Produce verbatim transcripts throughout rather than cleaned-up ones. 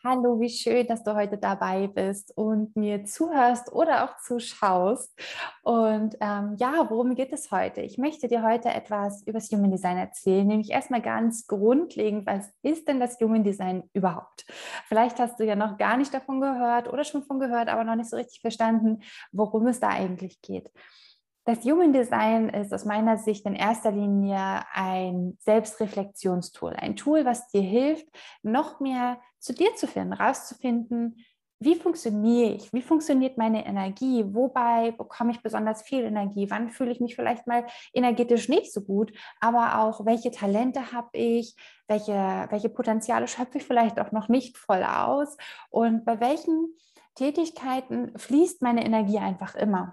Hallo, wie schön, dass du heute dabei bist und mir zuhörst oder auch zuschaust. Und ähm, ja, worum geht es heute? Ich möchte dir heute etwas über das Human Design erzählen, nämlich erstmal ganz grundlegend, was ist denn das Human Design überhaupt? Vielleicht hast du ja noch gar nicht davon gehört oder schon von gehört, aber noch nicht so richtig verstanden, worum es da eigentlich geht. Das Human Design ist aus meiner Sicht in erster Linie ein Selbstreflexionstool, ein Tool, was dir hilft, noch mehr zu dir zu finden, rauszufinden, wie funktioniere ich, wie funktioniert meine Energie, wobei bekomme ich besonders viel Energie, wann fühle ich mich vielleicht mal energetisch nicht so gut, aber auch welche Talente habe ich, welche, welche Potenziale schöpfe ich vielleicht auch noch nicht voll aus und bei welchen Tätigkeiten fließt meine Energie einfach immer.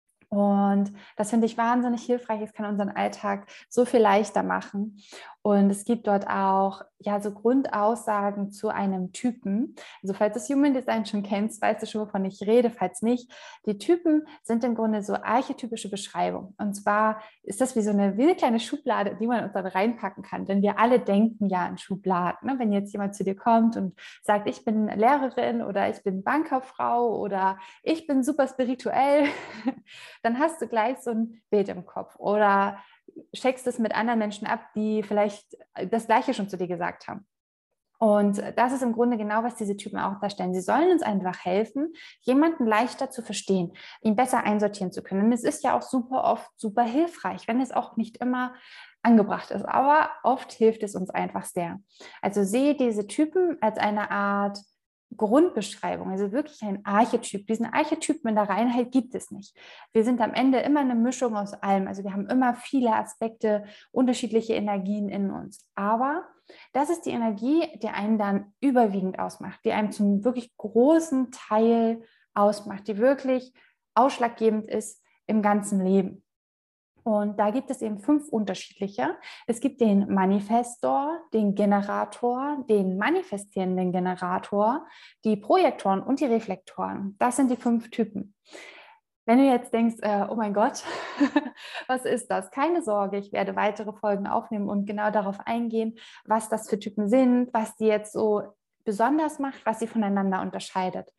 Und das finde ich wahnsinnig hilfreich. Es kann unseren Alltag so viel leichter machen. Und es gibt dort auch ja so Grundaussagen zu einem Typen. Also falls du das Human Design schon kennst, weißt du schon, wovon ich rede. Falls nicht, die Typen sind im Grunde so archetypische Beschreibungen. Und zwar ist das wie so eine, wie eine kleine Schublade, die man uns dann reinpacken kann. Denn wir alle denken ja in Schubladen. Ne? Wenn jetzt jemand zu dir kommt und sagt, ich bin Lehrerin oder ich bin Bankkauffrau oder ich bin super spirituell, dann hast du gleich so ein Bild im Kopf oder checkst es mit anderen Menschen ab, die vielleicht das Gleiche schon zu dir gesagt haben. Und das ist im Grunde genau, was diese Typen auch darstellen. Sie sollen uns einfach helfen, jemanden leichter zu verstehen, ihn besser einsortieren zu können. Und es ist ja auch super oft super hilfreich, wenn es auch nicht immer angebracht ist. Aber oft hilft es uns einfach sehr. Also sehe diese Typen als eine Art Grundbeschreibung, also wirklich ein Archetyp. Diesen Archetypen in der Reinheit gibt es nicht. Wir sind am Ende immer eine Mischung aus allem. Also wir haben immer viele Aspekte, unterschiedliche Energien in uns. Aber das ist die Energie, die einen dann überwiegend ausmacht, die einem zum wirklich großen Teil ausmacht, die wirklich ausschlaggebend ist im ganzen Leben. Und da gibt es eben fünf unterschiedliche. Es gibt den Manifestor, den Generator, den manifestierenden Generator, die Projektoren und die Reflektoren. Das sind die fünf Typen. Wenn du jetzt denkst, äh, oh mein Gott, was ist das? Keine Sorge, ich werde weitere Folgen aufnehmen und genau darauf eingehen, was das für Typen sind, was die jetzt so besonders macht, was sie voneinander unterscheidet.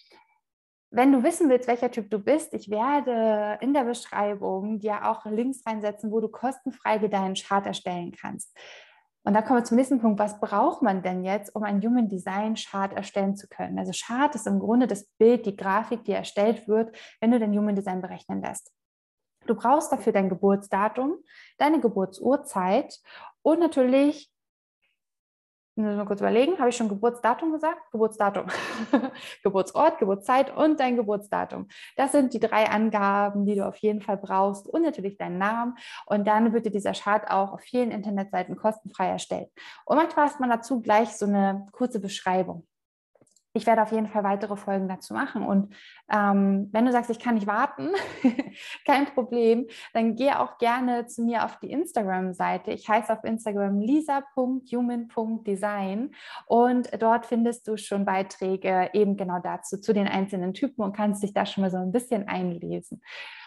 Wenn du wissen willst, welcher Typ du bist, ich werde in der Beschreibung dir auch Links reinsetzen, wo du kostenfrei dir deinen Chart erstellen kannst. Und da kommen wir zum nächsten Punkt. Was braucht man denn jetzt, um einen Human Design Chart erstellen zu können? Also Chart ist im Grunde das Bild, die Grafik, die erstellt wird, wenn du den Human Design berechnen lässt. Du brauchst dafür dein Geburtsdatum, deine Geburtsurzeit und natürlich, ich muss mal kurz überlegen, habe ich schon Geburtsdatum gesagt? Geburtsdatum. Geburtsort, Geburtszeit und dein Geburtsdatum. Das sind die drei Angaben, die du auf jeden Fall brauchst und natürlich deinen Namen. Und dann wird dir dieser Chart auch auf vielen Internetseiten kostenfrei erstellt. Und manchmal hat man dazu gleich so eine kurze Beschreibung. Ich werde auf jeden Fall weitere Folgen dazu machen. Und ähm, wenn du sagst, ich kann nicht warten, kein Problem, dann geh auch gerne zu mir auf die Instagram-Seite. Ich heiße auf Instagram lisa punkt human punkt design und dort findest du schon Beiträge eben genau dazu, zu den einzelnen Typen und kannst dich da schon mal so ein bisschen einlesen.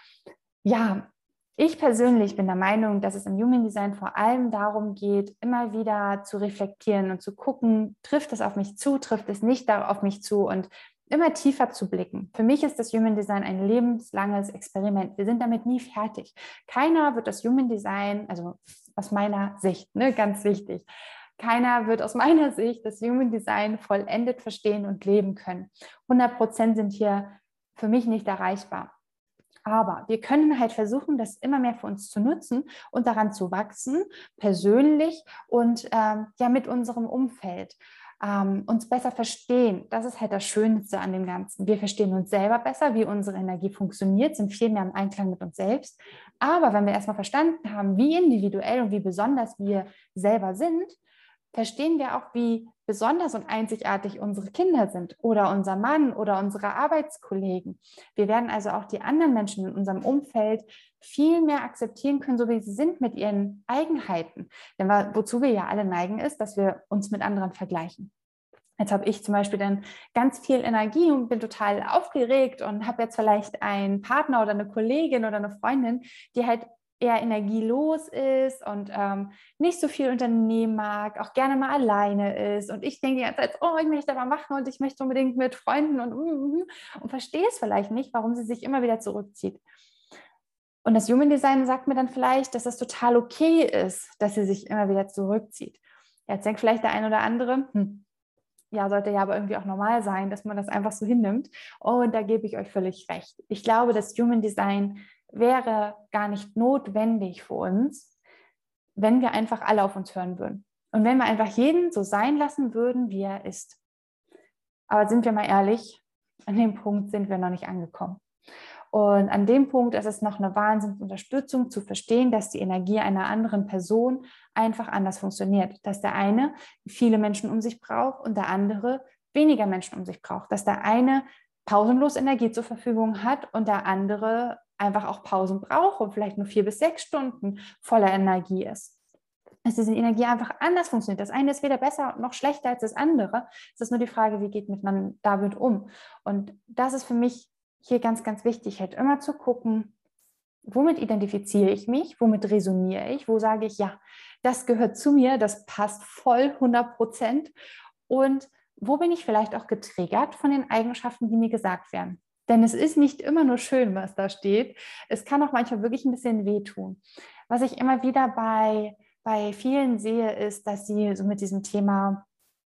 Ja, ich persönlich bin der Meinung, dass es im Human Design vor allem darum geht, immer wieder zu reflektieren und zu gucken, trifft es auf mich zu, trifft es nicht auf mich zu und immer tiefer zu blicken. Für mich ist das Human Design ein lebenslanges Experiment. Wir sind damit nie fertig. Keiner wird das Human Design, also aus meiner Sicht, ne, ganz wichtig, keiner wird aus meiner Sicht das Human Design vollendet verstehen und leben können. hundert Prozent sind hier für mich nicht erreichbar. Aber wir können halt versuchen, das immer mehr für uns zu nutzen und daran zu wachsen, persönlich und ähm, ja mit unserem Umfeld. Ähm, uns besser verstehen. Das ist halt das Schönste an dem Ganzen. Wir verstehen uns selber besser, wie unsere Energie funktioniert, sind viel mehr im Einklang mit uns selbst. Aber wenn wir erstmal verstanden haben, wie individuell und wie besonders wir selber sind, verstehen wir auch, wie besonders und einzigartig unsere Kinder sind oder unser Mann oder unsere Arbeitskollegen. Wir werden also auch die anderen Menschen in unserem Umfeld viel mehr akzeptieren können, so wie sie sind mit ihren Eigenheiten. Denn wozu wir ja alle neigen, ist, dass wir uns mit anderen vergleichen. Jetzt habe ich zum Beispiel dann ganz viel Energie und bin total aufgeregt und habe jetzt vielleicht einen Partner oder eine Kollegin oder eine Freundin, die halt eher energielos ist und ähm, nicht so viel unternehmen mag, auch gerne mal alleine ist. Und ich denke die ganze Zeit, oh, ich möchte aber machen und ich möchte unbedingt mit Freunden und, und, und verstehe es vielleicht nicht, warum sie sich immer wieder zurückzieht. Und das Human Design sagt mir dann vielleicht, dass das total okay ist, dass sie sich immer wieder zurückzieht. Jetzt denkt vielleicht der ein oder andere, hm, ja, sollte ja aber irgendwie auch normal sein, dass man das einfach so hinnimmt. Und da gebe ich euch völlig recht. Ich glaube, das Human Design wäre gar nicht notwendig für uns, wenn wir einfach alle auf uns hören würden. Und wenn wir einfach jeden so sein lassen würden, wie er ist. Aber sind wir mal ehrlich, an dem Punkt sind wir noch nicht angekommen. Und an dem Punkt ist es noch eine Wahnsinnsunterstützung zu verstehen, dass die Energie einer anderen Person einfach anders funktioniert. Dass der eine viele Menschen um sich braucht und der andere weniger Menschen um sich braucht. Dass der eine pausenlos Energie zur Verfügung hat und der andere einfach auch Pausen braucht und vielleicht nur vier bis sechs Stunden voller Energie ist. Dass diese Energie einfach anders funktioniert. Das eine ist weder besser noch schlechter als das andere. Es ist nur die Frage, wie geht man damit um? Und das ist für mich hier ganz, ganz wichtig, halt immer zu gucken, womit identifiziere ich mich, womit resoniere ich, wo sage ich, ja, das gehört zu mir, das passt voll hundert Prozent und wo bin ich vielleicht auch getriggert von den Eigenschaften, die mir gesagt werden. Denn es ist nicht immer nur schön, was da steht. Es kann auch manchmal wirklich ein bisschen wehtun. Was ich immer wieder bei, bei vielen sehe, ist, dass sie so mit diesem Thema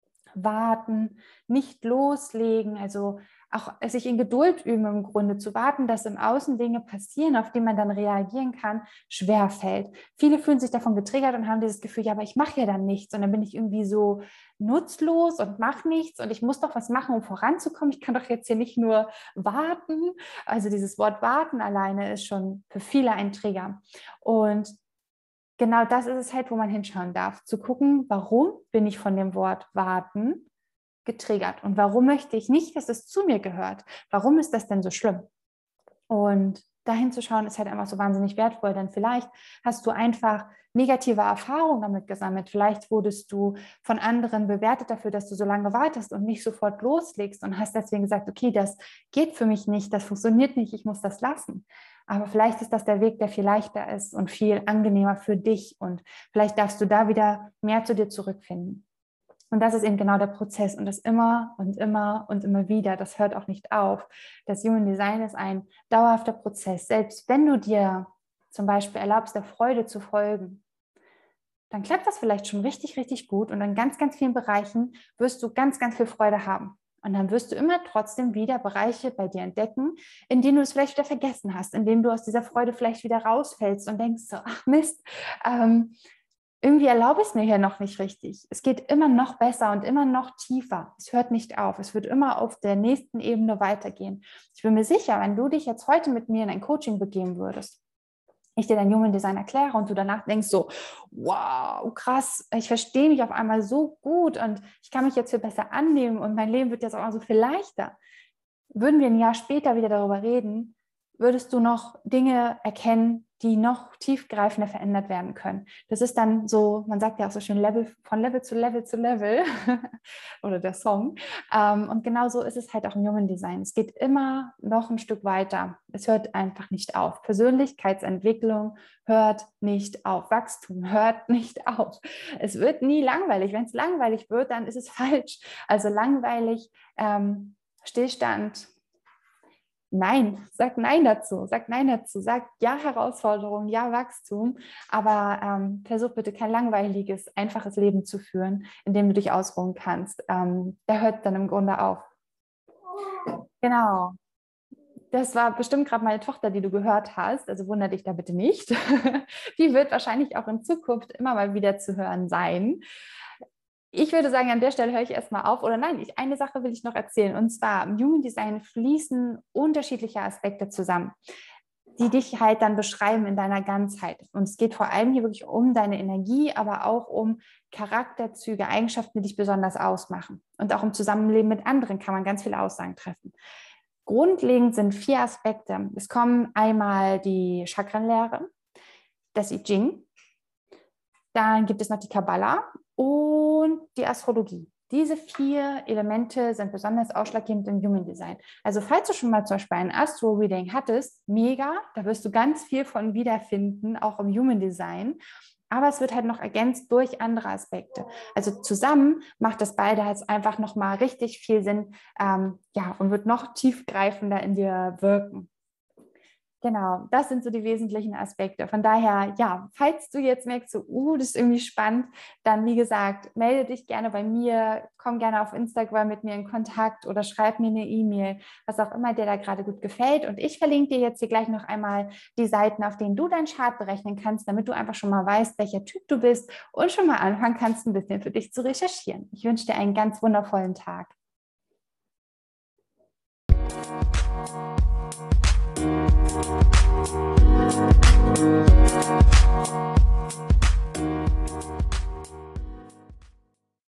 warten, nicht loslegen, also auch sich in Geduld üben im Grunde, zu warten, dass im Außen Dinge passieren, auf die man dann reagieren kann, schwerfällt. Viele fühlen sich davon getriggert und haben dieses Gefühl, ja, aber ich mache ja dann nichts und dann bin ich irgendwie so nutzlos und mache nichts und ich muss doch was machen, um voranzukommen. Ich kann doch jetzt hier nicht nur warten. Also dieses Wort warten alleine ist schon für viele ein Trigger. Und genau das ist es halt, wo man hinschauen darf, zu gucken, warum bin ich von dem Wort warten getriggert und warum möchte ich nicht, dass es zu mir gehört? Warum ist das denn so schlimm? Und dahin zu schauen, ist halt einfach so wahnsinnig wertvoll, denn vielleicht hast du einfach negative Erfahrungen damit gesammelt. Vielleicht wurdest du von anderen bewertet dafür, dass du so lange wartest und nicht sofort loslegst und hast deswegen gesagt, okay, das geht für mich nicht, das funktioniert nicht, ich muss das lassen. Aber vielleicht ist das der Weg, der viel leichter ist und viel angenehmer für dich und vielleicht darfst du da wieder mehr zu dir zurückfinden. Und das ist eben genau der Prozess und das immer und immer und immer wieder, das hört auch nicht auf. Das Human Design ist ein dauerhafter Prozess. Selbst wenn du dir zum Beispiel erlaubst, der Freude zu folgen, dann klappt das vielleicht schon richtig, richtig gut und in ganz, ganz vielen Bereichen wirst du ganz, ganz viel Freude haben. Und dann wirst du immer trotzdem wieder Bereiche bei dir entdecken, in denen du es vielleicht wieder vergessen hast, in denen du aus dieser Freude vielleicht wieder rausfällst und denkst so, ach Mist, ähm, irgendwie erlaube ich es mir hier noch nicht richtig. Es geht immer noch besser und immer noch tiefer. Es hört nicht auf. Es wird immer auf der nächsten Ebene weitergehen. Ich bin mir sicher, wenn du dich jetzt heute mit mir in ein Coaching begeben würdest, ich dir dein Human Design erkläre und du danach denkst so, wow, krass, ich verstehe mich auf einmal so gut und ich kann mich jetzt viel besser annehmen und mein Leben wird jetzt auch so viel leichter. Würden wir ein Jahr später wieder darüber reden, würdest du noch Dinge erkennen, die noch tiefgreifender verändert werden können. Das ist dann so, man sagt ja auch so schön, Level, von Level zu Level zu Level oder der Song. Und genau so ist es halt auch im Human Design. Es geht immer noch ein Stück weiter. Es hört einfach nicht auf. Persönlichkeitsentwicklung hört nicht auf. Wachstum hört nicht auf. Es wird nie langweilig. Wenn es langweilig wird, dann ist es falsch. Also langweilig, ähm, Stillstand, nein, sag Nein dazu, sag Nein dazu, sag Ja Herausforderung, Ja Wachstum, aber ähm, versuch bitte kein langweiliges, einfaches Leben zu führen, in dem du dich ausruhen kannst. Ähm, der hört dann im Grunde auf. Genau. Das war bestimmt gerade meine Tochter, die du gehört hast, also wundere dich da bitte nicht. Die wird wahrscheinlich auch in Zukunft immer mal wieder zu hören sein. Ich würde sagen, an der Stelle höre ich erstmal auf. Oder nein, ich, eine Sache will ich noch erzählen. Und zwar im Human Design fließen unterschiedliche Aspekte zusammen, die dich halt dann beschreiben in deiner Ganzheit. Und es geht vor allem hier wirklich um deine Energie, aber auch um Charakterzüge, Eigenschaften, die dich besonders ausmachen. Und auch im Zusammenleben mit anderen kann man ganz viele Aussagen treffen. Grundlegend sind vier Aspekte. Es kommen einmal die Chakrenlehre, das I Ching, dann gibt es noch die Kabbala und die Astrologie. Diese vier Elemente sind besonders ausschlaggebend im Human Design. Also falls du schon mal zum Beispiel ein Astro-Reading hattest, mega, da wirst du ganz viel von wiederfinden, auch im Human Design. Aber es wird halt noch ergänzt durch andere Aspekte. Also zusammen macht das beide halt einfach nochmal richtig viel Sinn, ähm, ja, und wird noch tiefgreifender in dir wirken. Genau, das sind so die wesentlichen Aspekte. Von daher, ja, falls du jetzt merkst, so, uh, das ist irgendwie spannend, dann wie gesagt, melde dich gerne bei mir, komm gerne auf Instagram mit mir in Kontakt oder schreib mir eine E-Mail, was auch immer dir da gerade gut gefällt. Und ich verlinke dir jetzt hier gleich noch einmal die Seiten, auf denen du deinen Chart berechnen kannst, damit du einfach schon mal weißt, welcher Typ du bist und schon mal anfangen kannst, ein bisschen für dich zu recherchieren. Ich wünsche dir einen ganz wundervollen Tag. Thank you.